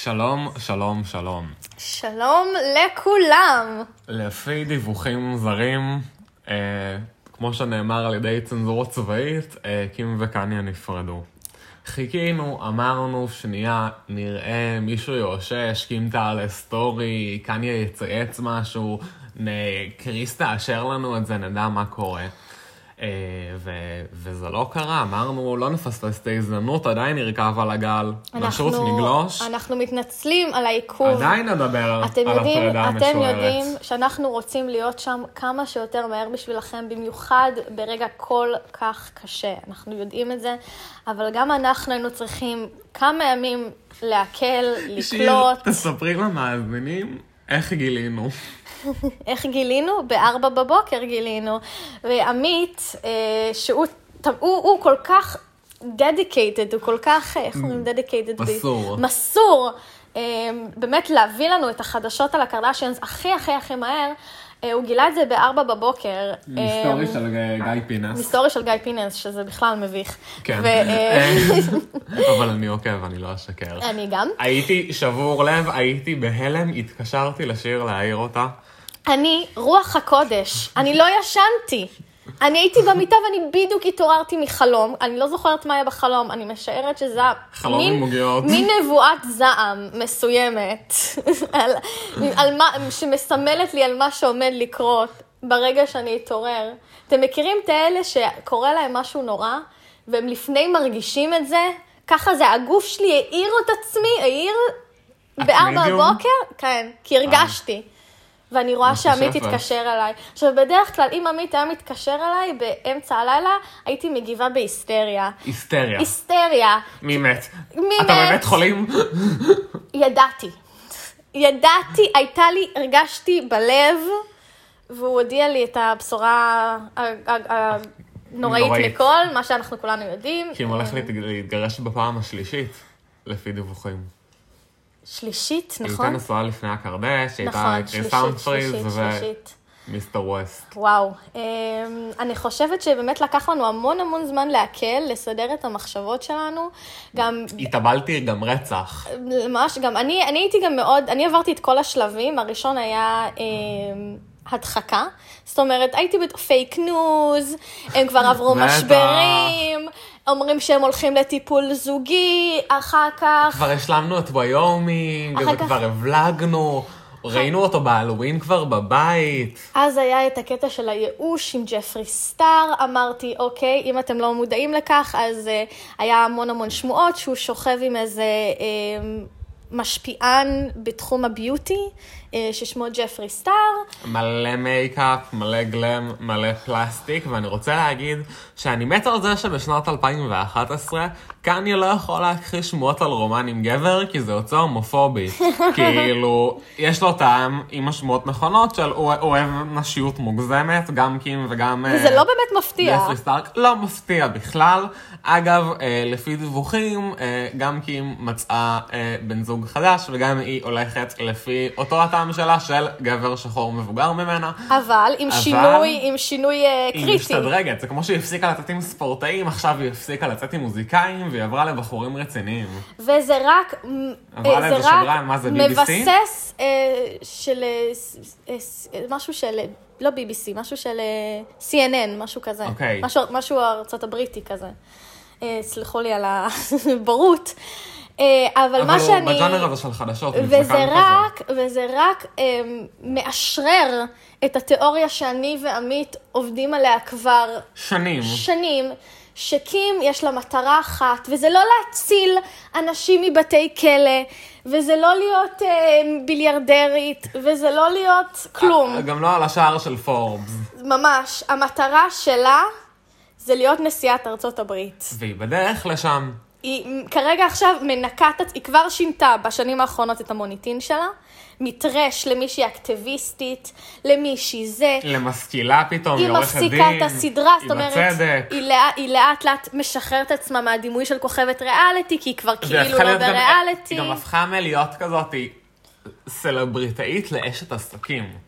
שלום, שלום, שלום. שלום לכולם. לפי דיווחים זרים, כמו שנאמר על ידי צנזורה צבאית, קים וקניה נפרדו. חיכינו, אמרנו שנייה, נראה מישהו יושש, קים תעלה סטורי, קניה יצייץ משהו, קריס תאשר לנו את זה, נדע מה קורה. וזה לא קרה, אמרנו לא נפספס את ההזדמנות, עדיין נרכב על הגל, נשוף נגלוש. אנחנו מתנצלים על העיכוב. עדיין נדבר על הפרידה המשוערת. אתם יודעים שאנחנו רוצים להיות שם כמה שיותר מהר בשבילכם, במיוחד ברגע כל כך קשה. אנחנו יודעים את זה, אבל גם אנחנו היינו צריכים כמה ימים להקל, לקלוט. שיר, תספרי למאזינים איך גילינו. איך גילינו? ב-4 בבוקר גילינו. ועמית, שהוא כל כך dedicated, הוא כל כך, איך אומרים dedicated? מסור. באמת להביא לנו את החדשות על הקרדשיאנס הכי מהר. הוא גילה את זה ב-4 בבוקר. מסטורי של גיא פינס. מסטורי של גיא פינס, שזה בכלל מביך. כן. אבל אני עוקב, אני לא אשקר. אני גם. הייתי שבור לב, הייתי בהלם, התקשרתי לשיר להעיר אותה. אני רוח הקודש, אני לא ישנתי. אני הייתי במיטה ואני בדיוק התעוררתי מחלום. אני לא זוכרת מה היה בחלום, אני משערת שזה מין נבואת זעם מסוימת, שמסמלת לי על מה שעומד לקרות ברגע שאני אתעורר. אתם מכירים את האלה שקורה להם משהו נורא, והם לפני מרגישים את זה? ככה זה, הגוף שלי העיר את עצמי, ב-4 בבוקר? כן, כי הרגשתי. ואני רואה שעמית התקשר אליי. עכשיו, בדרך כלל, אם עמית היה מתקשר אליי באמצע הלילה, הייתי מגיבה בהיסטריה. היסטריה. מי מת? אתה באמת חולים? ידעתי, הרגשתי בלב, והוא הודיע לי את הבשורה הנוראית מכל, מה שאנחנו כולנו יודעים. כי הם הולך להתגרש בפעם השלישית, לפי דיווחים. שלישית, נכון? היא הייתה נשואה לפני הקרדש, שהייתה קריס אמפריז ומיסטר ווסט. וואו. אני חושבת שבאמת לקח לנו המון זמן להקל, לסדר את המחשבות שלנו. התאבלתי גם רצח. ממש, גם אני הייתי גם מאוד, אני עברתי את כל השלבים, הראשון היה הדחקה, זאת אומרת, הייתי בפייק ניוז, הם כבר עברו משברים, אומרים שהם הולכים לטיפול זוגי, אחר כך... כבר השלמנו את ויומינג, וכבר הבלגנו, ראינו אותו בהלווין כבר בבית. אז היה את הקטע של הייאוש עם ג'פרי סטאר, אמרתי, אוקיי, אם אתם לא מודעים לכך, אז היה המון שמועות שהוא שוכב עם איזה משפיען בתחום הביוטי, ששמו ג'פרי סטאר. מלא מייקאפ, מלא גלם, מלא פלסטיק, ואני רוצה להגיד שאני מת על זה שבשנת 2011 קניה לא יכול להכחיש שמועות על רומן עם גבר, כי זה יוצא הומופובי. כאילו, יש לו טעם עם השמועות נכונות של הוא אוהב נשיות מוגזמת, גם קים וגם... וזה לא באמת מפתיע. ג'פרי סטאר לא מפתיע בכלל. אגב, לפי דיווחים, גם קים מצאה בן זוג חדש, וגם היא הולכת לפי אותו הטעם שלה של גבר שחור מבוגר ממנה. אבל עם שינוי קריטי. היא משתדרגת, זה כמו שהיא הפסיקה לצאת עם ספורטאים, עכשיו היא הפסיקה לצאת עם מוזיקאים, והיא עברה לבחורים רציניים. וזה רק מבסס של משהו של, לא BBC, משהו של CNN, משהו כזה. משהו ארצות הבריטי כזה. סליחו לי על הבורות. אבל מה שאני... אבל בג'אנר הזה של חדשות, וזה רק מאשרר את התיאוריה שאני ועמית עובדים עליה כבר שנים, שקים יש לה מטרה אחת, וזה לא להציל אנשים מבתי כלא, וזה לא להיות ביליארדרית, וזה לא להיות כלום. גם לא על השער של פורבס. ממש, המטרה שלה זה להיות נשיאת ארצות הברית. והיא בדרך לשם. היא כרגע עכשיו מנקת, היא כבר שינתה בשנים האחרונות את המוניטין שלה, מתרש למישהי אקטיביסטית, למישהי זה. למשכילה פתאום, היא עורכת דין. היא מפסיקה את הסדרה, זאת אומרת, צדק. היא לאט לאט משחררת עצמה מהדימוי של כוכבת ריאליטי, כי היא כבר כאילו לא בריאליטי. היא גם הפכה מלהיות כזאת, היא סלבריטאית לאשת עסקים.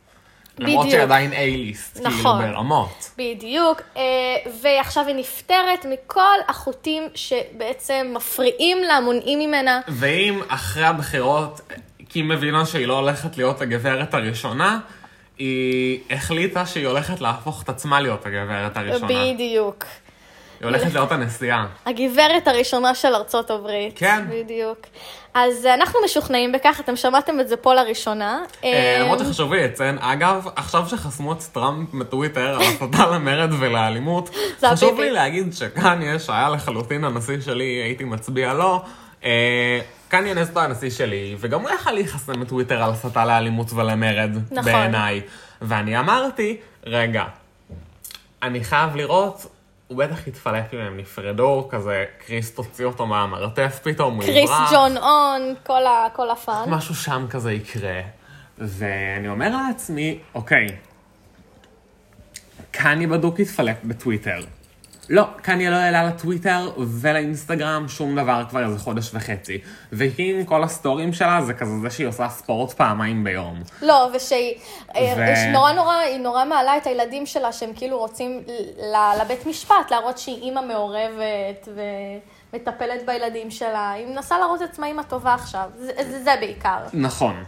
למרות שהיא עדיין A-ליסט, כאילו ברמות. בדיוק, ועכשיו היא נפטרת מכל החוטים שבעצם מפריעים לה, מונעים ממנה. ואם אחרי הבחירות, כי היא מבינה שהיא לא הולכת להיות הגברת הראשונה, היא החליטה שהיא הולכת להפוך את עצמה להיות הגברת הראשונה. בדיוק. היא הולכת להיות הנשיאה. הגברת הראשונה של ארצות הברית. כן. בדיוק. אז אנחנו משוכנעים בכך, אתם שמעתם את זה פה לראשונה. למרות שחשוב לי לציין, אגב, עכשיו שחסמו את טראמפ מטוויטר על הסתה למרד ולאלימות, חשוב לי להגיד שקניה, שהיה לחלוטין הנשיא שלי, הייתי מצביע לו, קניה נסטו הנשיא שלי, וגם הוא יכל להיחסם מטוויטר על הסתה לאלימות ולמרד בעיניי. ואני אמרתי, רגע, אני חייב לראות, הוא בטח התפלט אם הם נפרדו, כזה קריס תוציא אותו מהמרתף פתאום, הוא קריס ג'ון און, כל הפן. משהו שם כזה יקרה. ואני אומר לעצמי, אוקיי, קניה בדוק התפלט בטוויטר. לא, קניה לא העלה לטוויטר ולאינסטגרם שום דבר כבר איזה חודש וחצי. וכי כל הסטורים שלה זה כזה זה שהיא עושה ספורט פעמיים ביום. לא, ושהיא היא נורא מעלה את הילדים שלה שהם כאילו רוצים לבית משפט, להראות שהיא אימא מעורבת ומטפלת בילדים שלה. היא מנסה להראות את עצמה אימא טובה עכשיו. זה בעיקר. נכון.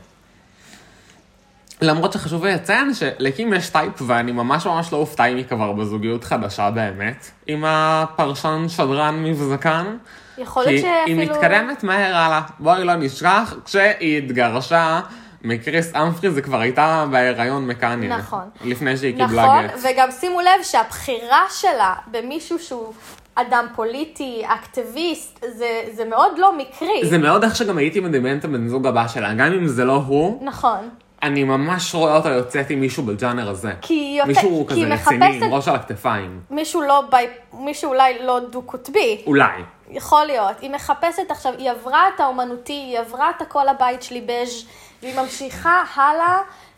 למרות שחשוב לציין שלקים יש טייפ, ואני ממש לא אופתע אם היא כבר בזוגיות חדשה באמת, עם הפרשן שדרן מבזקן. יכול להיות שאפילו... כי היא מתקדמת מהר הלאה. בואי לא נשכח, כשהיא התגרשה מקריס אמפרי, זה כבר הייתה בהיריון מקניה. נכון. לפני שהיא קיבלה גט. נכון, וגם שימו לב שהבחירה שלה במישהו שהוא אדם פוליטי, אקטיביסט, זה מאוד לא מקרי. זה מאוד איך שגם הייתי מדמיינת בן זוג הבא שלה, גם אם זה לא הוא. נכון. אני ממש רואה אותה יוצאת עם מישהו בג'אנר הזה. מישהו כזה רציני, עם ראש על הכתפיים. מישהו אולי לא דו-קוטבי. אולי. יכול להיות. היא מחפשת עכשיו, היא עברה את האומנותי, היא עברה את הכל הבית שלי בז' והיא ממשיכה הלאה,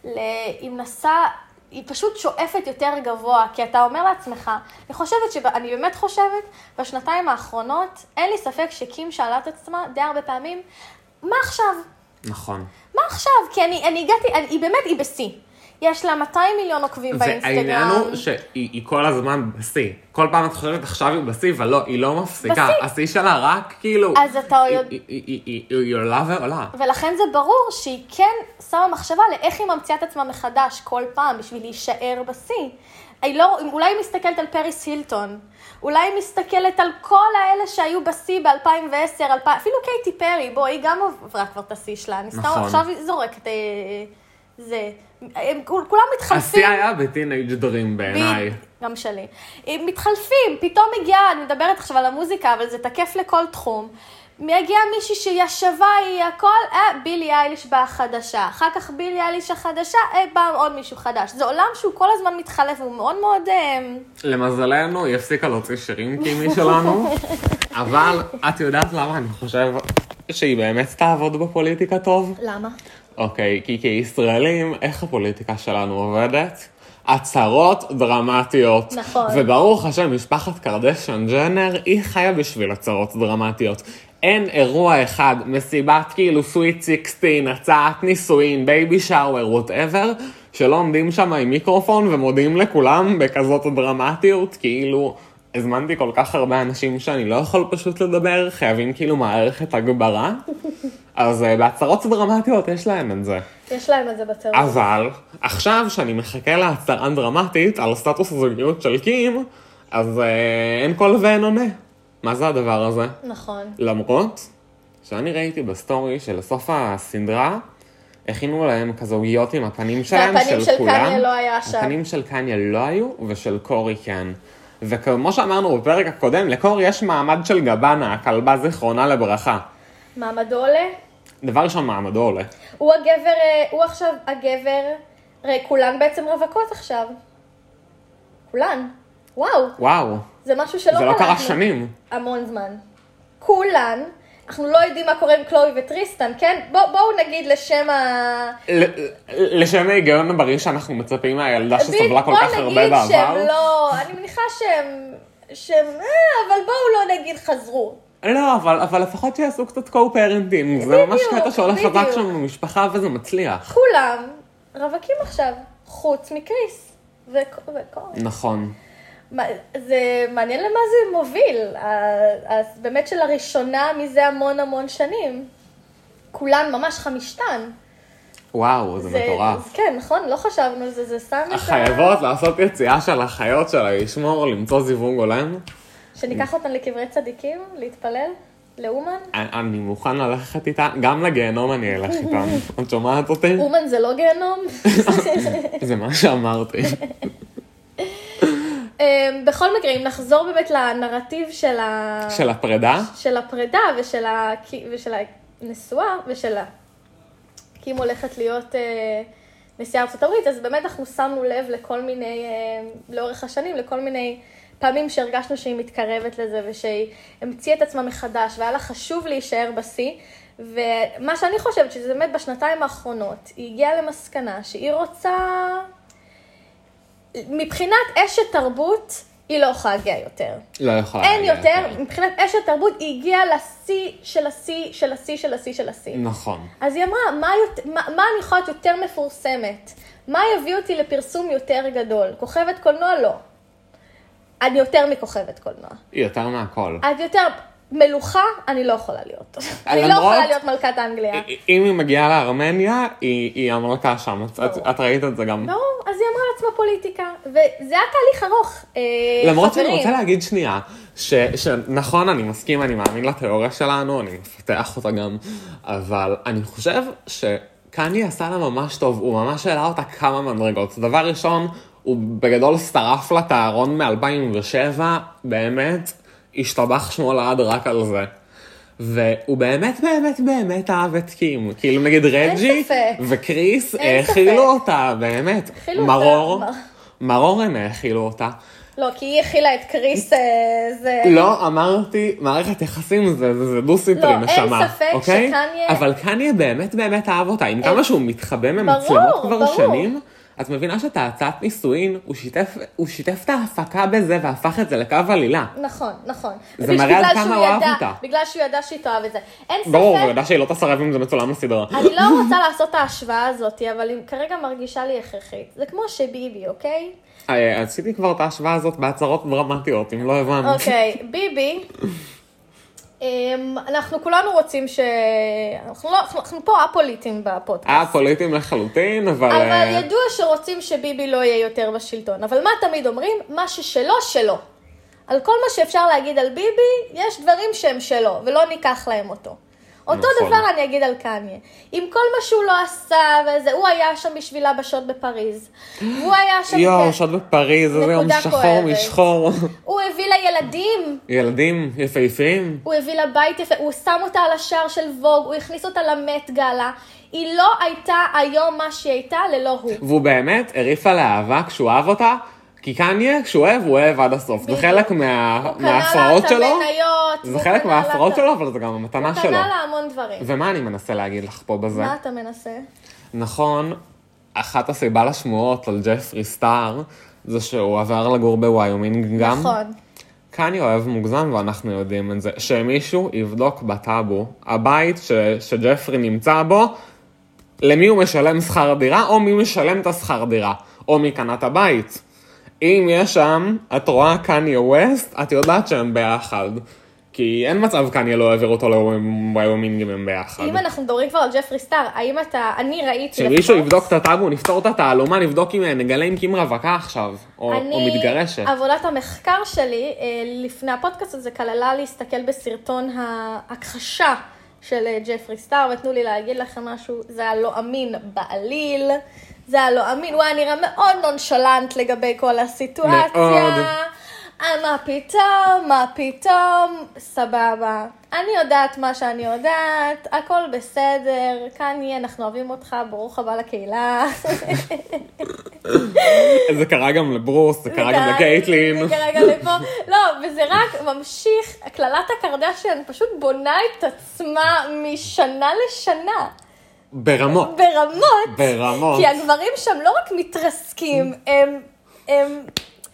היא פשוט שואפת יותר גבוה, כי אתה אומר לעצמך, אני באמת חושבת, בשנתיים האחרונות, אין לי ספק שקים שאלה את עצמה די הרבה פעמים, מה עכשיו? נכון. מה עכשיו? כי אני הגעתי, היא באמת, היא בשיא. יש לה 200 מיליון עוקבים באינסטגרם. והעניין הוא שהיא כל הזמן בשיא. כל פעם את חושבת עכשיו היא בשיא, אבל לא, היא לא מפסיקה. השיא שלה רק כאילו... אז אתה יודע... היא עולה ועולה. ולכן זה ברור שהיא כן שמה מחשבה לאיך היא ממציאה את עצמה מחדש כל פעם בשביל להישאר בשיא. אולי היא מסתכלת על פריס הילטון. אולי היא מסתכלת על כל האלה שהיו בשיא ב-2010, אפילו קייטי פרי, בוא, היא גם עברה כבר את השיא שלה. אני סתם עכשיו זורקת זה. כולם מתחלפים. השיא היה בטינאג' דרים בעיניי. גם שלי. הם מתחלפים, פתאום מגיעה, אני מדברת עכשיו על המוזיקה, אבל זה תקף לכל תחום. מגיעה מישהי שישבה, היא הכל, בילי אייליש באה חדשה. אחר כך בילי אייליש החדשה, בא עוד מישהו חדש. זה עולם שהוא כל הזמן מתחלף, והוא מאוד מאוד... למזלנו, היא הפסיקה להוציא שירים קימי שלנו, אבל את יודעת למה אני חושב שהיא באמת תעבוד בפוליטיקה טוב? למה? אוקיי, כי כישראלים, איך הפוליטיקה שלנו עובדת? הצהרות דרמטיות. נכון. וברוך השם, משפחת קרדשן ג'נר, היא חיה בשביל הצהרות דרמטיות. אין אירוע אחד, מסיבת כאילו סוויט 16, הצעת נישואין, בייבי שאוור, whatever, שלא עומדים שם עם מיקרופון ומודיעים לכולם בכזאת דרמטיות, כאילו הזמנתי כל כך הרבה אנשים שאני לא יכול פשוט לדבר, חייבים כאילו מערכת הגברה. אז בהצהרות דרמטיות יש להם את זה. יש להם את זה בצהרות. אבל עכשיו שאני מחכה להצהרה דרמטית על סטטוס הזוגיות של קים, אז אין קול ואין עונה. מה זה הדבר הזה? נכון. למרות שאני ראיתי בסטורי של סוף הסדרה, הכינו להם כזוגיות עם הפנים שלהם, והפנים של קניה לא היה שם. הפנים של קניה לא היו, ושל קורי כן. וכמו שאמרנו בפרק הקודם, לקורי יש מעמד של גבנה, הכלבה זיכרונה לברכה. מעמדו עולה? דבר ראשון, מעמדו עולה. הוא עכשיו הגבר, כולן בעצם רווקות עכשיו. כולן. וואו. זה משהו שלא זה לא קרה שנים. המון זמן. כולן, אנחנו לא יודעים מה קורה עם קלוי וטריסטן, כן? בואו נגיד לשם ההיגיון הבריא שאנחנו מצפים מהילדה שסבלה כל כך הרבה בעבר. בוא נגיד שהם לא, אני מניחה שהם, אבל בואו לא נגיד חזרו. לא, אבל לפחות שיעשו קצת קו-פרנטים. זה ממש קטע שהולך חזק שם במשפחה וזה מצליח. כולם רווקים עכשיו. חוץ מקריס וקורי. נכון. זה מעניין למה זה מוביל. אז באמת שלראשונה מזה המון שנים, כולן ממש חמישתן. וואו, זה מטורף. כן, נכון, לא חשבנו, זה שם את החייבות לעשות יציאה של החיות שלה, לשמור, למצוא זיווג הולם. שניקח אותן לקברי צדיקים, להתפלל, לאומן. אני מוכן ללכת איתה, גם לגיהנום אני אלך איתה. את שומעת אותי? אומן זה לא גיהנום? זה מה שאמרתי. בכל מקרה, אם נחזור באמת לנרטיב של הפרידה? של הפרידה ושל הנשואה ושל קים הולכת להיות נשיאה ארצות הברית, אז באמת אנחנו שמנו לב לכל מיני, לאורך השנים, לכל מיני פעמים שהרגשנו שהיא מתקרבת לזה ושהיא המציאה את עצמה מחדש, והיה לה חשוב להישאר בשיא, ומה שאני חושבת שזה באמת בשנתיים האחרונות, היא הגיעה למסקנה שהיא רוצה, מבחינת אשת תרבות, היא לא יכולה להגיע יותר. לא יכולה להגיע יותר. אין יותר, מבחינת אשת תרבות, היא הגיעה לשיא של השיא של השיא של השיא של השיא. נכון. אז היא אמרה, מה אני יכולה להיות יותר מפורסמת? מה יביא אותי לפרסום יותר גדול? כוכבת קולנוע? לא. אני יותר מכוכבת קולנוע. היא יותר מהכל. את יותר מלוכה, אני לא יכולה להיות. אני לא יכולה להיות מלכת אנגליה. אם היא מגיעה לארמניה, היא המלכה שם. את ראית את זה גם. ברור, אז היא אמרה לעצמה פוליטיקה. וזה היה תהליך ארוך, למרות שאני רוצה להגיד שנייה, שנכון, אני מסכים, אני מאמין לתיאוריה שלנו, אני מפתח אותה גם, אבל אני חושב שקני עשה לה ממש טוב, הוא ממש העלה אותה כמה מדרגות. דבר ראשון, הוא בגדול שרף לה את הארון מ-2007, באמת, השתבח שמו לעד רק על זה. והוא באמת אהב את קים. כאילו נגיד רג'י וקריס האכילו אותה, באמת. מרור הם האכילו אותה. לא, כי היא הכילה את קריס, זה... לא, אמרתי, מערכת יחסים זה דו-סטרי נשמה. אין ספק שקניה... אבל קניה באמת אהב אותה. עם כמה שהוא מתחבא ממצלמות כבר שנים, את מבינה שאת הצעת נישואין, הוא שיתף את ההפקה בזה והפך את זה לקו עלילה. נכון. זה מראה עד כמה הוא אהב אותה. בגלל שהוא ידע שהיא תאהב את זה. אין ספק. ברור, הוא ידע שהיא לא תסרב אם זה מצולם לסדרה. אני לא רוצה לעשות את ההשוואה הזאת, אבל היא כרגע מרגישה לי הכרחית. זה כמו שביבי, אוקיי? עשיתי כבר את ההשוואה הזאת בהצהרות דרמטיות, אם לא הבנת. אוקיי, ביבי, אנחנו כולנו רוצים אנחנו פה הפוליטים בפודקאסט. הפוליטים לחלוטין, אבל... אבל ידוע שרוצים שביבי לא יהיה יותר בשלטון. אבל מה תמיד אומרים? מה ששלו, שלו. על כל מה שאפשר להגיד על ביבי, יש דברים שהם שלו, ולא ניקח להם אותו. אותו דבר אני אגיד על קניה. עם כל מה שהוא לא עשה, וזה, הוא היה שם בשבילה בשעות בפריז. הוא היה שם... שעות בפריז, זה יום שחור משחור. הוא הביא לה ילדים. ילדים יפהפים. הוא הביא לה בית יפה, הוא שם אותה על השער של ווג, הוא הכניס אותה למט גאלה. היא לא הייתה היום מה שהיא הייתה ללא הוא. והוא באמת הריף על האהבה כשהוא אהב אותה, כי קניה, כשהוא אוהב, הוא אוהב עד הסוף. זה חלק מההפרעות שלו. זה חלק מההפרעות שלו, אבל זה גם המתנה שלו. הוא קנה לה המון דברים. ומה אני מנסה להגיד לך פה בזה? מה אתה מנסה? נכון, אחת הסיבה לשמועות על ג'פרי סטאר, זה שהוא עבר לגור בוויומינג גם. נכון. קניה אוהב מוגזם, ואנחנו יודעים את זה. שמישהו יבדוק בטאבו, הבית שג'פרי נמצא בו, למי הוא משלם שכר דירה, או מי משלם את השכר דירה, או מי קנה את הבית. אם יש שם, את רואה קניה ווסט, את יודעת שהם ביחד. כי אין מצב קניה לא העביר אותו לוויומינג אם הם ביחד. אם אנחנו מדברים כבר על ג'פרי סטאר, האם אני ראיתי... שמישהו יבדוק את הטאבו, נפתור את התעלומה, נבדוק אם נגלה עם קים רווקה עכשיו, או מתגרשת. עבודת המחקר שלי, לפני הפודקאסט הזה, כללה להסתכל בסרטון ההכחשה של ג'פרי סטאר, ותנו לי להגיד לכם משהו, זה היה לא אמין בעליל, זה היה לא אמין, הוא היה נראה מאוד נונשלנט לגבי כל הסיטואציה. מאוד. מה פתאום, סבבה. אני יודעת מה שאני יודעת, הכל בסדר, קניה, אנחנו אוהבים אותך, ברוך הבא לקהילה. זה קרה גם לברוס, זה קרה גם לקייטלין. זה קרה גם לפה. לא, וזה רק ממשיך, כללת הקרדשיאן פשוט בונה את עצמה משנה לשנה. ברמות. כי הגברים שם לא רק מתרסקים, הם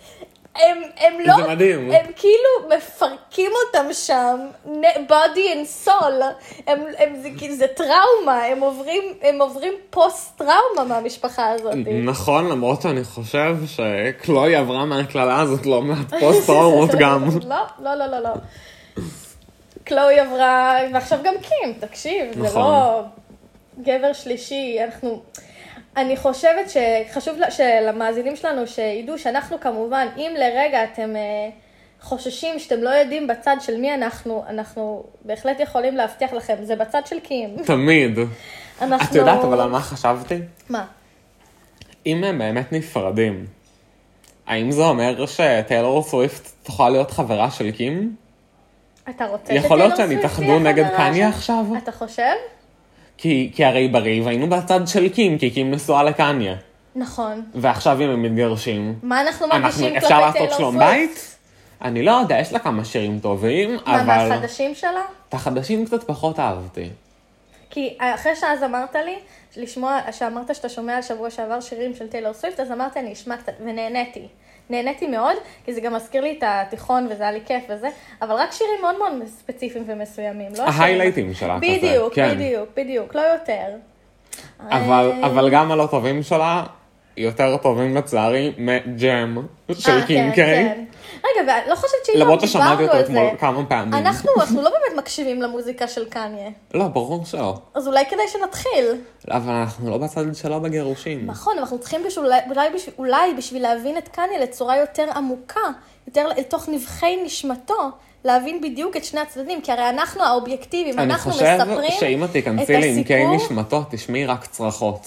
הם לא, זה מדהים. הם כאילו מפרקים אותם שם, body and soul, זה טראומה, הם עוברים פוסט-טראומה מהמשפחה הזאת. נכון, למרות שאני חושב שקלוי עברה מהכללה הזאת לא מעט פוסט-טראומות גם. לא. קלוי עברה, ועכשיו גם קים, תקשיב, זה לא גבר שלישי, אני חושבת שחשוב למאזינים שלנו שידעו שאנחנו כמובן, אם לרגע אתם חוששים שאתם לא יודעים בצד של מי אנחנו בהחלט יכולים להבטיח לכם, זה בצד של קים. תמיד. את יודעת אבל על מה חשבתי? מה? אם הם באמת נפרדים, האם זה אומר שטיילור סוויפט תוכל להיות חברה של קים? אתה רוצה יכול להיות שהם יתאחדו נגד קניה עכשיו? אתה חושב? כי הרי בריב היינו בצד של קים, כי קים נשואה לקניה. נכון. ועכשיו אם הם מתגרשים, מה אנחנו מרגישים כלפי אפשר טיילור לעשות שלום סוויפט? בית? אני לא יודע, יש לה כמה שירים טובים, מה, אבל... מהחדשים שלה? את החדשים קצת פחות אהבתי. כי אחרי שאז אמרת לי, שאמרת שאתה שומע על שבוע שעבר שירים של טיילור סוויפט, אז אמרתי, אני אשמע קצת, ונהניתי. נהניתי מאוד, כי זה גם מזכיר לי את התיכון, וזה היה לי כיף וזה, אבל רק שירים מאוד מאוד ספציפיים ומסוימים, לא ההיילייטים שלה כזה. בדיוק, לא יותר. אבל גם הלא טובים שלה, יותר טובים לצערי, מג'ם של קים קיי. רגע, ולא חושבת שאם למרות לא ששמעתי דיברנו אותו על זה, אתמול כמה פעמים. אנחנו לא באמת מקשיבים למוזיקה של קניה. לא, ברור שלא. אז אולי כדאי שנתחיל. אבל אנחנו לא בצד שלו בגירושים. נכון, אנחנו צריכים אולי בשביל להבין את קניה לצורה יותר עמוקה, יותר לתוך נבחי נשמתו, להבין בדיוק את שני הצדדים, כי הרי אנחנו האובייקטיביים, אנחנו מספרים את הסיפור. אני חושב שאם את תיכנסי לעמקי נשמתו, תשמעי רק צרחות.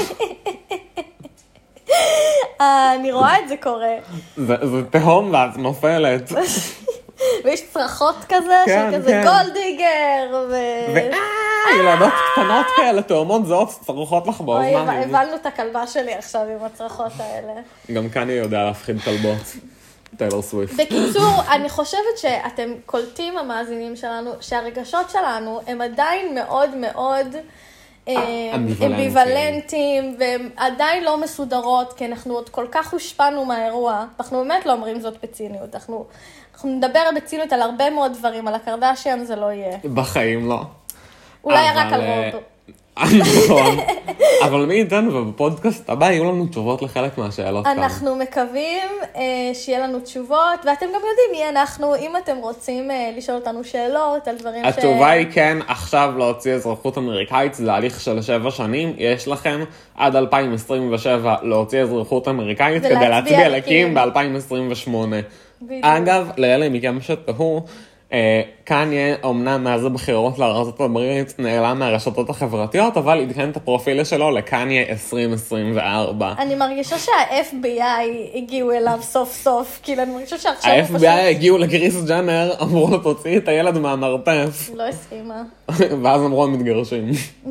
אני רואה את זה קורה. זה תהום ואת נופלת. ויש צרחות כזה, שכזה גולדיגר, ילדות קטנות כאלה, תאומות זהות, צרחות לך באוזניים. הבלנו את הכלבה שלי עכשיו עם הצרחות האלה. גם כאן היא יודע להפחיד כלבות. טיילור סוויפט. בקיצור, אני חושבת שאתם קולטים המאזינים שלנו, שהרגשות שלנו הם עדיין מאוד מאוד אמביוולנטיים, והם עדיין לא מסודרות, כי אנחנו עוד כל כך הושפענו מהאירוע. אנחנו באמת לא אומרים זאת בציניות. אנחנו נדבר בציניות על הרבה מאוד דברים, על הקרדשיאן זה לא יהיה. בחיים לא. אולי רק על רוב. נכון. אבל מי ייתן ובפודקאסט הבא יהיו לנו תשובות לחלק מהשאלות כאן. אנחנו מקווים שיהיה לנו תשובות, ואתם גם יודעים מי אנחנו, אם אתם רוצים לשאול אותנו שאלות על דברים התשובה היא כן, עכשיו להוציא אזרחות אמריקאית, זה הליך של 7 שנים, יש לכם עד 2027 להוציא אזרחות אמריקאית, כדי להצביע לקים ב-2028. אגב, לאלה מכם שתהו, קניה אומנם מאז הבחירות לארצות הברית נעלם מהרשתות החברתיות, אבל עדכן את הפרופיל שלו לקניה 2024. אני מרגישה שה-FBI הגיעו אליו סוף סוף, כאילו אני מרגישה שעכשיו הוא פשוט... ה-FBI הגיעו לקריס ג'אנר, אמרו לו תוציא את הילד מהמרתף. לא הסכימה. ואז אמרו הם מתגרשים.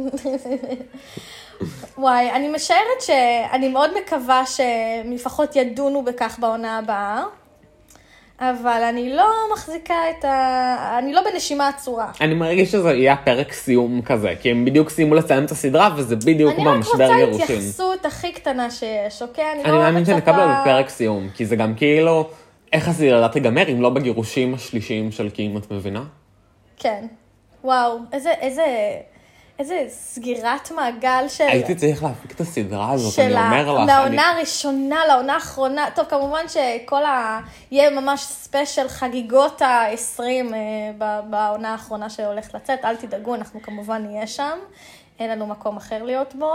וואי, אני משערת שאני מאוד מקווה שמפחות ידונו בכך בעונה הבאה. אבל אני לא מחזיקה אני לא בנשימה עצורה. אני מרגיש שזה יהיה פרק סיום כזה, כי הם בדיוק סיימו לציין את הסדרה, וזה בדיוק במשבר גירושים. אני רק רוצה התייחסות הכי קטנה שיש, אוקיי? אני מאמין שנקבל על פרק סיום, כי זה גם כאילו, איך הסדרה תיגמר אם לא בגירושים השלישיים של קים, את מבינה? כן. וואו, איזה סגירת מעגל של... הייתי צריך להפיק את הסדרה הזאת, אני אומר לך. מהעונה הראשונה לעונה האחרונה. טוב, כמובן יהיה ממש ספיישל חגיגות ה-20 בעונה האחרונה שהולכת לצאת. אל תדאגו, אנחנו כמובן נהיה שם. אין לנו מקום אחר להיות בו.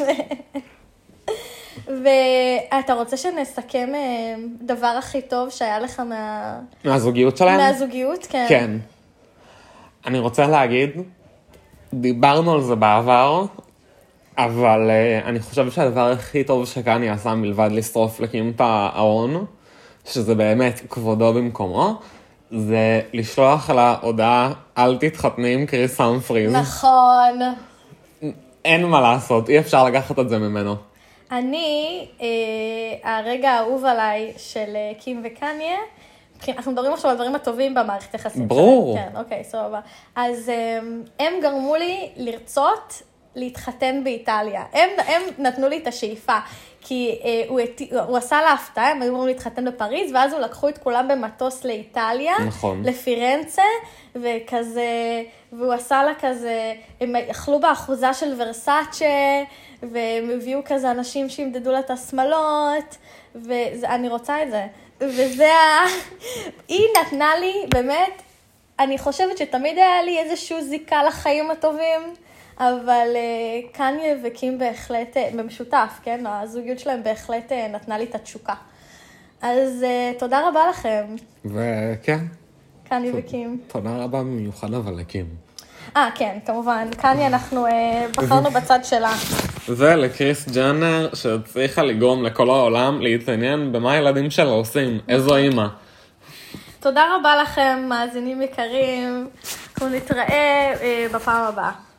ואתה רוצה שנסכם דבר הכי טוב שהיה לך מהזוגיות שלהם? מהזוגיות, כן. כן. אני רוצה להגיד... דיברנו על זה בעבר, אבל אני חושב שהדבר הכי טוב שקניה עשה מלבד לשרוף לקים את ההון, שזה באמת כבודו במקומו, זה לשלוח לה הודעה, אל תתחתני עם קריס המפריז. נכון. אין מה לעשות, אי אפשר לקחת את זה ממנו. הרגע האהוב עליי של קים וקניה, אנחנו מדברים עכשיו על דברים הטובים במערכת יחסים. ברור. כן, אוקיי, סבבה. אז הם גרמו לי לרצות להתחתן באיטליה. הם נתנו לי את השאיפה, כי הוא עשה לה הפתעה, הם היו אמורים להתחתן בפריז, ואז הוא לקחו את כולם במטוס לאיטליה, נכון. לפירנצה, וכזה, והוא עשה לה כזה, הם אכלו באחוזה של ורסאצ'ה, והם הביאו כזה אנשים שימדדו לה את השמלות, ואני רוצה את זה. היא נתנה לי, באמת, אני חושבת שתמיד היה לי איזשהו זיקה לחיים הטובים, אבל קניה וקים בהחלט, במשותף, כן? הזוגיות שלהם בהחלט נתנה לי את התשוקה. אז תודה רבה לכם. וכן. קניה וקים. תודה רבה במיוחד אבל לקים. כן, כמובן. קניה אנחנו בחרנו בצד שלה. ולקריס ג'אנר שהצליחה לגרום לכל העולם להתעניין במה הילדים שלה עושים. איזו אימא. תודה רבה לכם, מאזינים יקרים. אנחנו נתראה בפעם הבאה.